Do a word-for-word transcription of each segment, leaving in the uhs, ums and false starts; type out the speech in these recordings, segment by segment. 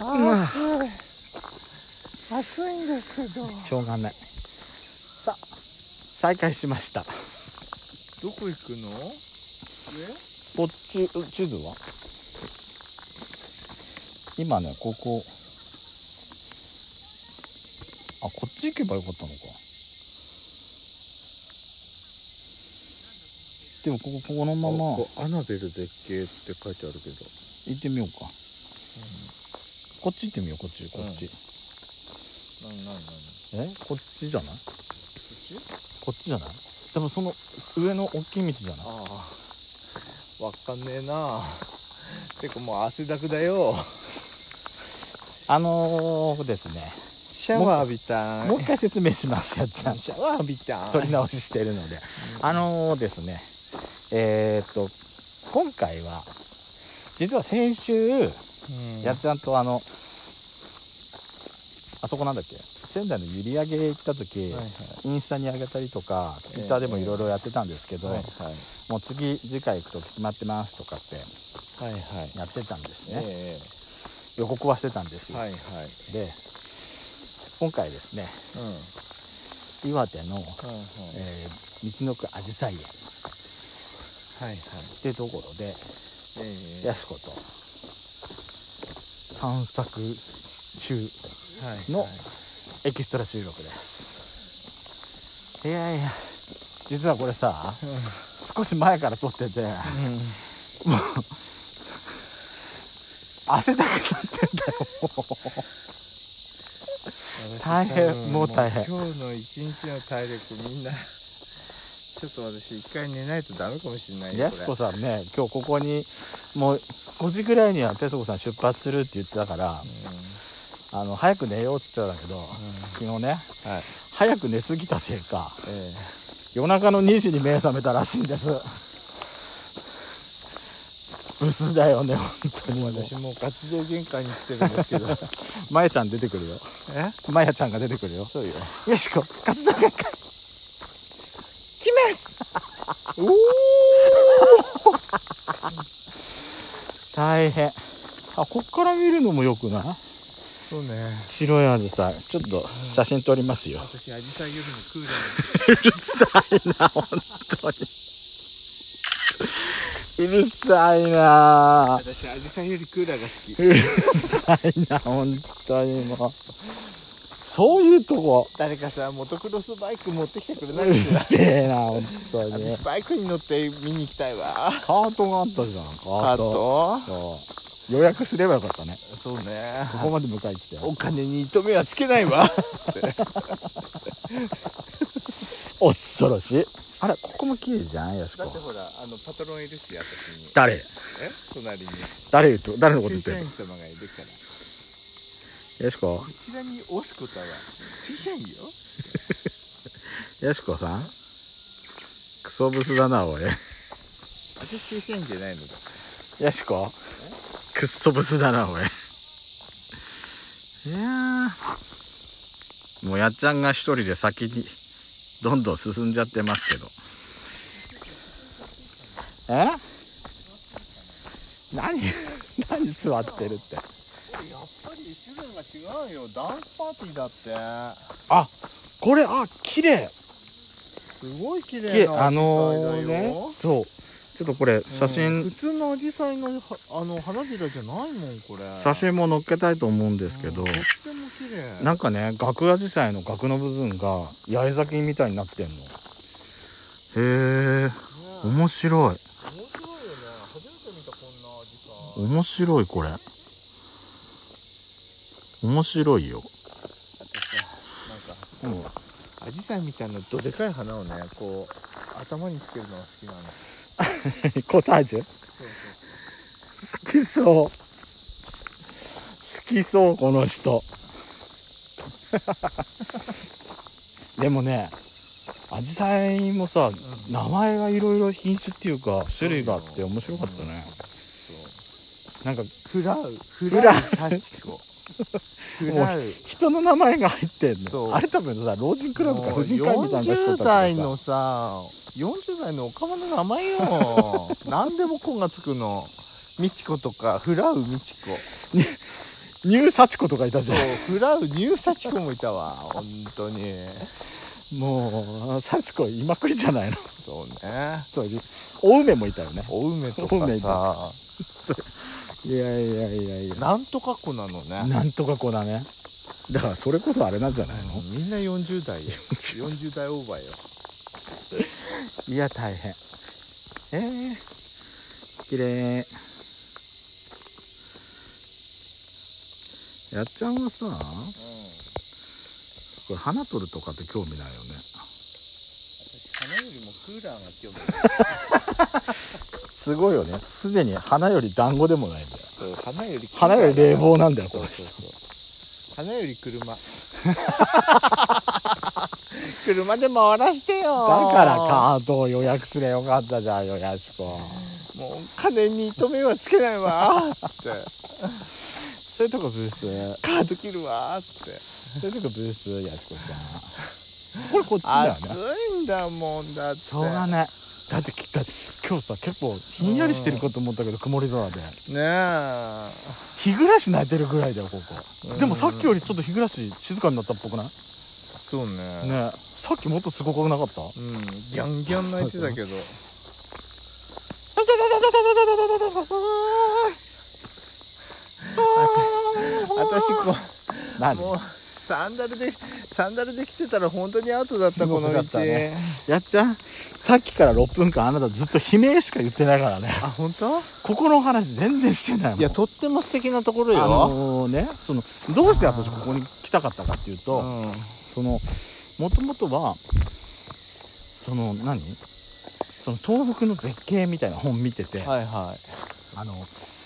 あ暑い暑いんですけどしょうがない。さあ再開しました。 どこ行くの？ こっち地図は今ねここあこっち行けばよかったのか。でもここここのままアナベル絶景って書いてあるけど行ってみようか、うん、こっち行ってみよう。こっちこっち、うん、 なになになにえこっちじゃない？ こっち？ こっちじゃない？でもその上の大きい道じゃない？ ああわかんねえな。てかもう汗だくだよ。 あのー、ですねシャワー浴びたもう一回説明しますやっちゃん。 シャワー浴びた取り直ししてるので、うん、あのー、ですねえー、っと今回は実は先週、うん、やっちゃんとあのあそこなんだっけ仙台の閖上行った時、はいはい、インスタに上げたりとかツイッターでもいろいろやってたんですけど、えーはいはい、もう次次回行くと決まってますとかってやってたんですね、はいはい、予告はしてたんですよ、はいはい、で今回ですね、うん、岩手の、はいはいえー、道のくあじさい園はいはい、っていうところで、えー、やすこと散策中のエキストラ収録です、はいはい、いやいや実はこれさ、うん、少し前から撮ってて、うん、もう汗だくなってんだよ大変もう大変。 今日の一日の体力みんなちょっと私一回寝ないとダメかもしれないよ。 やすこさんね今日ここにもうごじぐらいには徹子さん出発するって言ってたから、うん、あの早く寝ようって言ってたんだけど、うん、昨日ね、はい、早く寝すぎたせいか、えー、夜中のにじに目覚めたらしいんです。ブスだよね本当に。 私もう活動限界に来てるんですけどまやちゃん出てくるよ。えまやちゃんが出てくるよ。 そうよよしこ活動限界来ますおー大変。あこっから見るのもよくない？ そうね白いアジサイちょっと写真撮りますよ、うん、 私アジサイよりもクーラーうるさいな本当にうるさいな。 私アジサイよりクーラーが好き。 うるさいな本当にもうそういうとこ誰かさモトクロスバイク持ってきてくれないですか？ うるせえな本当に。 私バイクに乗って見に行きたいわ。 カートがあったじゃん。カート、 カートそう予約すればよかったね。 そうねここまで迎え来てお金に糸目はつけないわ恐ろしい。あらここも綺麗じゃんやすこ。 だってほらあのパトロンいるし私に。 誰？え隣に誰と誰のこと言ってるの？ 正社員様がいるからやすここちらに押すことは正社員よやすこさんクソブスだなおい。 私正社員じゃないのだ。 やしこクソブスだなおい。いやもうやっちゃんが一人で先にどんどん進んじゃってますけど。え何何座ってるって。 やっぱり種類が違うよ。ダンスパーティーだって。 あこれあ綺麗すごい綺麗なあのー、ねそうちょっとこれ写真、 うん、普通のアジサイのあの花びらじゃないもんこれ。 写真も載っけたいと思うんですけど、うん、 とっても綺麗。 なんかねガクアジサイのガクの部分が八重咲きみたいになってんの。へえ、ね、面白い。面白いよね。 初めて見たこんなアジサイ。 面白いこれ。面白いよ。 あとさなんか、うん、アジサイみたいなどでかい花をねこう頭につけるのが好きなの。 コタージュ？ そうそう好きそう好きそうこの人でもねアジサイもさ、うん、名前がいろいろ品種っていうか種類があって面白かったね、うん、そうなんかフラウフラウ幸子フラウ人の名前が入ってんの。あれ多分さ老人クラブか婦人会みたいな人たちがさよんじゅう代のさよんじゅう代のおかまの名前よ何でも子がつくの。みちことかフラウみちこニューサチコとかいたじゃん。 フラウニューサチコもいたわ本当に。 もうサチコいまくりじゃないの。 そうね。 そうお梅もいたよね。 お梅とかさいやいやいやいや、 なんとか子なのね。 なんとか子だね。だからそれこそあれなんじゃないの、 うん、みんなよんじゅう代よよんじゅう代オーバーよ。 いや大変。えー、きれい。やっちゃんはさ、うん、これ花取るとかって興味ないよね。 花よりもクーラーが興味ないすごいよね。すでに花より団子でもないんだよ。 そう花より花より冷房なんだよ。 そうそうそう、花より車車で回らしてよ。 だからカートを予約すればよかったじゃんよ、やしこ。 もう金に糸目はつけないわってそういうとこブース。 カード切るわってそういうとこブース、やしこちゃん。これこっちだよね。 暑いんだもんだって。 しょうがない。だってだって今日さ結構ひんやりしてるかと思ったけど、曇り空でねえ日暮らし鳴いてるぐらいだよここ。でもさっきよりちょっと日暮らし静かになったっぽくない？ そうね。 ねえ、さっきもっとすごくなかった？ うん、ギャンギャン鳴いてたけど私こう何？ もうサンダルでサンダルで来てたら本当にアウトだったこの道、ね、 やっちゃんさっきからろっぷんかんあなたずっと悲鳴しか言ってないからね。 あ、本当？ ここの話全然してないもん。 いやとっても素敵なところよ。 あのー、ね、そのどうして私ここに来たかったかっていうと、うん、そのもともとはその何その東北の絶景みたいな本見てて、 はいはい、 あの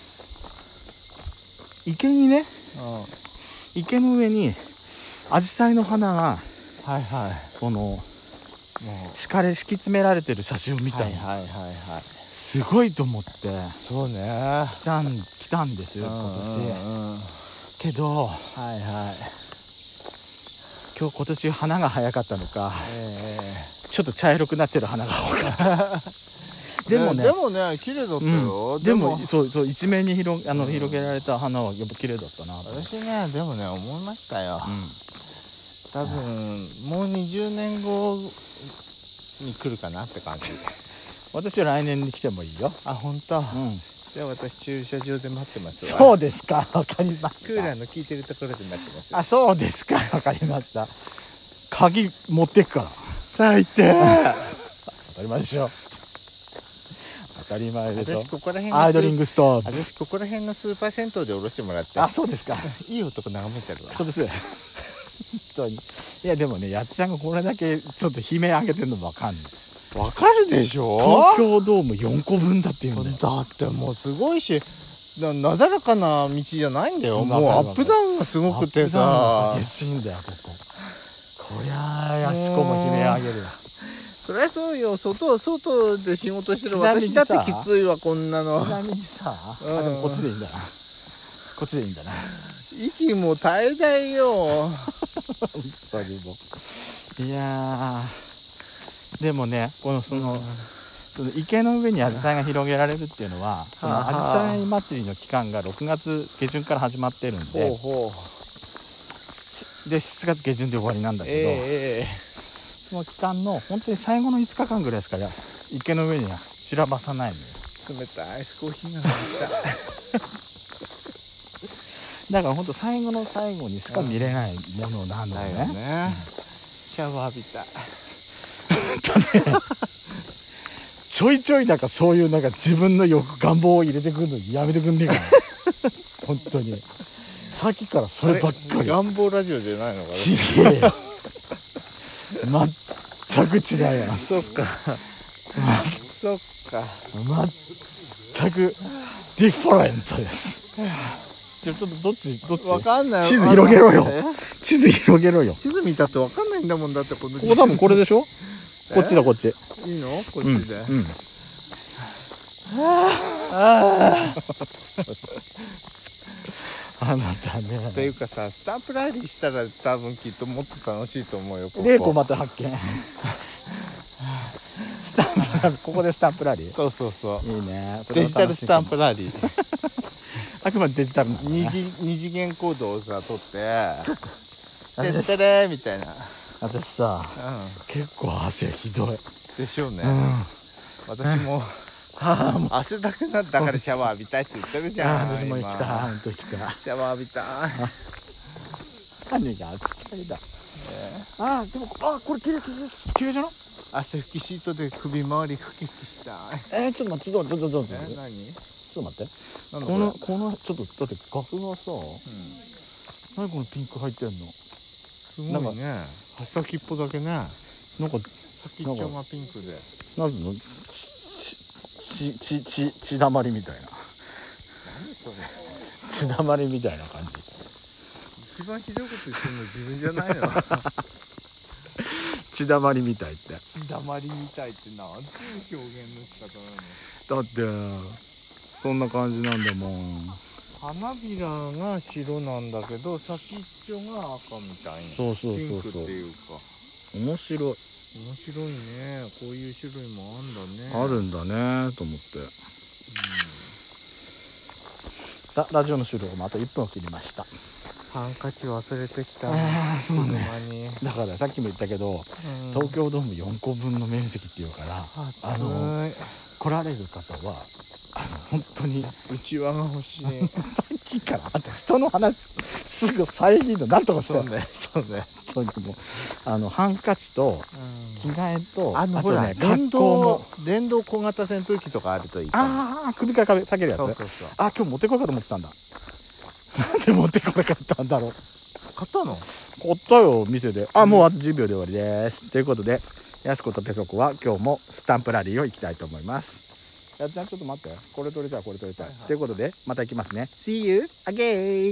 池にね、うん、池の上にアジサイの花が、はいはい、この敷かれ敷き詰められてる写真を見たの。はいはいはいはい、すごいと思って。 そうね、 来たん来たんですよ今年、うんうん、けど、はいはい、今日今年花が早かったのか、えー、ちょっと茶色くなってる花が多かったでもね、 でもね綺麗だったよ、 うん、でもそうそう一面に広あの、うん、広げられた花はやっぱ綺麗だったな。 私ねでもね思いましたよ、うん、多分もうにじゅうねんごに来るかなって感じ私は来年に来てもいいよ。 あ、本当。うん、じゃあ私駐車場で待ってますわ。 そうですか、わかりました。 クーラーの効いてるところで待ってます。 あ、そうですか、わかりました。鍵持ってくから。 最低当たり前でしょ。当たり前でしょ。 私ここら辺のアイドリングストア、 私ここら辺のスーパー銭湯で降ろしてもらって。 あ、そうですか。 いい男眺めてるわ。 そうです本当に。いやでもね、やっちゃんがこれだけちょっと悲鳴上げてるのわかんない。 わかるでしょ。 東京ドームよんこぶんだっていうんだよ。 だってもうすごいし、な, なだらかな道じゃないんだよ。もうアップダウンがすごくてさ。 激しいんだよここ。こりゃあやしこも悲鳴上げるよ。 そりゃそうよ。外外で仕事してる私だってきついわこんなの。 ちなみにさ、うん、あでもこっちでいいんだな。こっちでいいんだな。 息も絶えないよ。本当にもう。いやーでもね、このその、うん、その池の上にアジサイが広げられるっていうのは、そのアジサイ祭りの期間がろくがつげじゅんから始まってるんで、ほうほうでしちがつげじゅんで終わりなんだけど、えー、その期間の本当に最後のいつかかんぐらいしか池の上には散らばさないのよ。 冷たいアイスコーヒーが飲みたいだから本当最後の最後にしか見れないものなんだよね。 うん、ね、シャワー浴びたい。 ちょいちょいなんかそういうなんか自分の欲願望を入れてくるのやめてくんねえかな本当にさっきからそればっかり。 願望ラジオじゃないのかな。 ちげえよ全く違うやん。 そっかそっか全くディファレントですちょっとどっちどっちわかんない。 地図広げろよ地図広げろよ。 地図見たってわかんないんだもん。だってこのここ多分これでしょこっちだこっち。 いいのこっちで、うんうん、 ああなたね。 っていうかさ、スタンプラリーしたら多分きっともっと楽しいと思うよ。 玲子また発見スタンプラリーここでスタンプラリー。 そうそうそう、 いいね。 デジタルスタンプラリーあくまでデジタルなの、ね、 二次二次元コードをさ取って「てってれ」みたいな。 私さ、 うん、 結構汗ひどいでしょうね、 うん、 私も、はあ、もう汗だくなったからシャワー浴びたいって言ってるじゃん。 私も行きたい、ほんと行きたい。 シャワー浴びたい。 何が暑いだ。あーでもあこれ綺麗綺麗綺麗じゃない？ 汗拭きシートで首周りふきふきしたい。 えー、ちょっと待ってちょっとちょっとちょっとえ何？ ちょっと待って。 なんだこのこのちょっとだってガスがさ、 うん、 何このピンク入ってんの？ すごいね。先っぽだけね。 なんか先っちょがピンクで。 なんのちちち血だまりみたいな。 何それ？ 血だまりみたいな感じ。 一番ひどいこと言ってるの自分じゃないの？ 血だまりみたいって。 血だまりみたいってなんていう表現の仕方なの？ だってそんな感じなんだもん。 花びらが白なんだけど先っちょが赤みたいな。 そうそうそうそう。 ピンクっていうか。 面白い。 面白いね。こういう種類もあんだね。 あるんだねと思って。うん、さあラジオの収録もあといっぷんを切りました。 ハンカチ忘れてきた。 ああそうね。 にだからさっきも言ったけど、うん、東京ドームよんこぶんの面積っていうから、あの来られる方はあの本当にうちわが欲しい。 さっきからあと人の話すぐ遮るのなんとかして。 そうねそうね。 とにもあのハンカチと着替えと、うん、 あのあとね電動電動小型扇風機とかあるといい。 ああ首から下げるやつ。 そうそうそう。 あ今日持ってこようかと思ってたんだ。なんで持ってこなかったんだろう。 買ったの？ 買ったよ店で。あ、もうあとじゅうびょうで終わりです。ということでやすことペソコは今日もスタンプラリーを行きたいと思います。やっちゃんちょっと待って、これ取りたいこれ取りたい、はいはい、ということでまた行きますね。 See you again。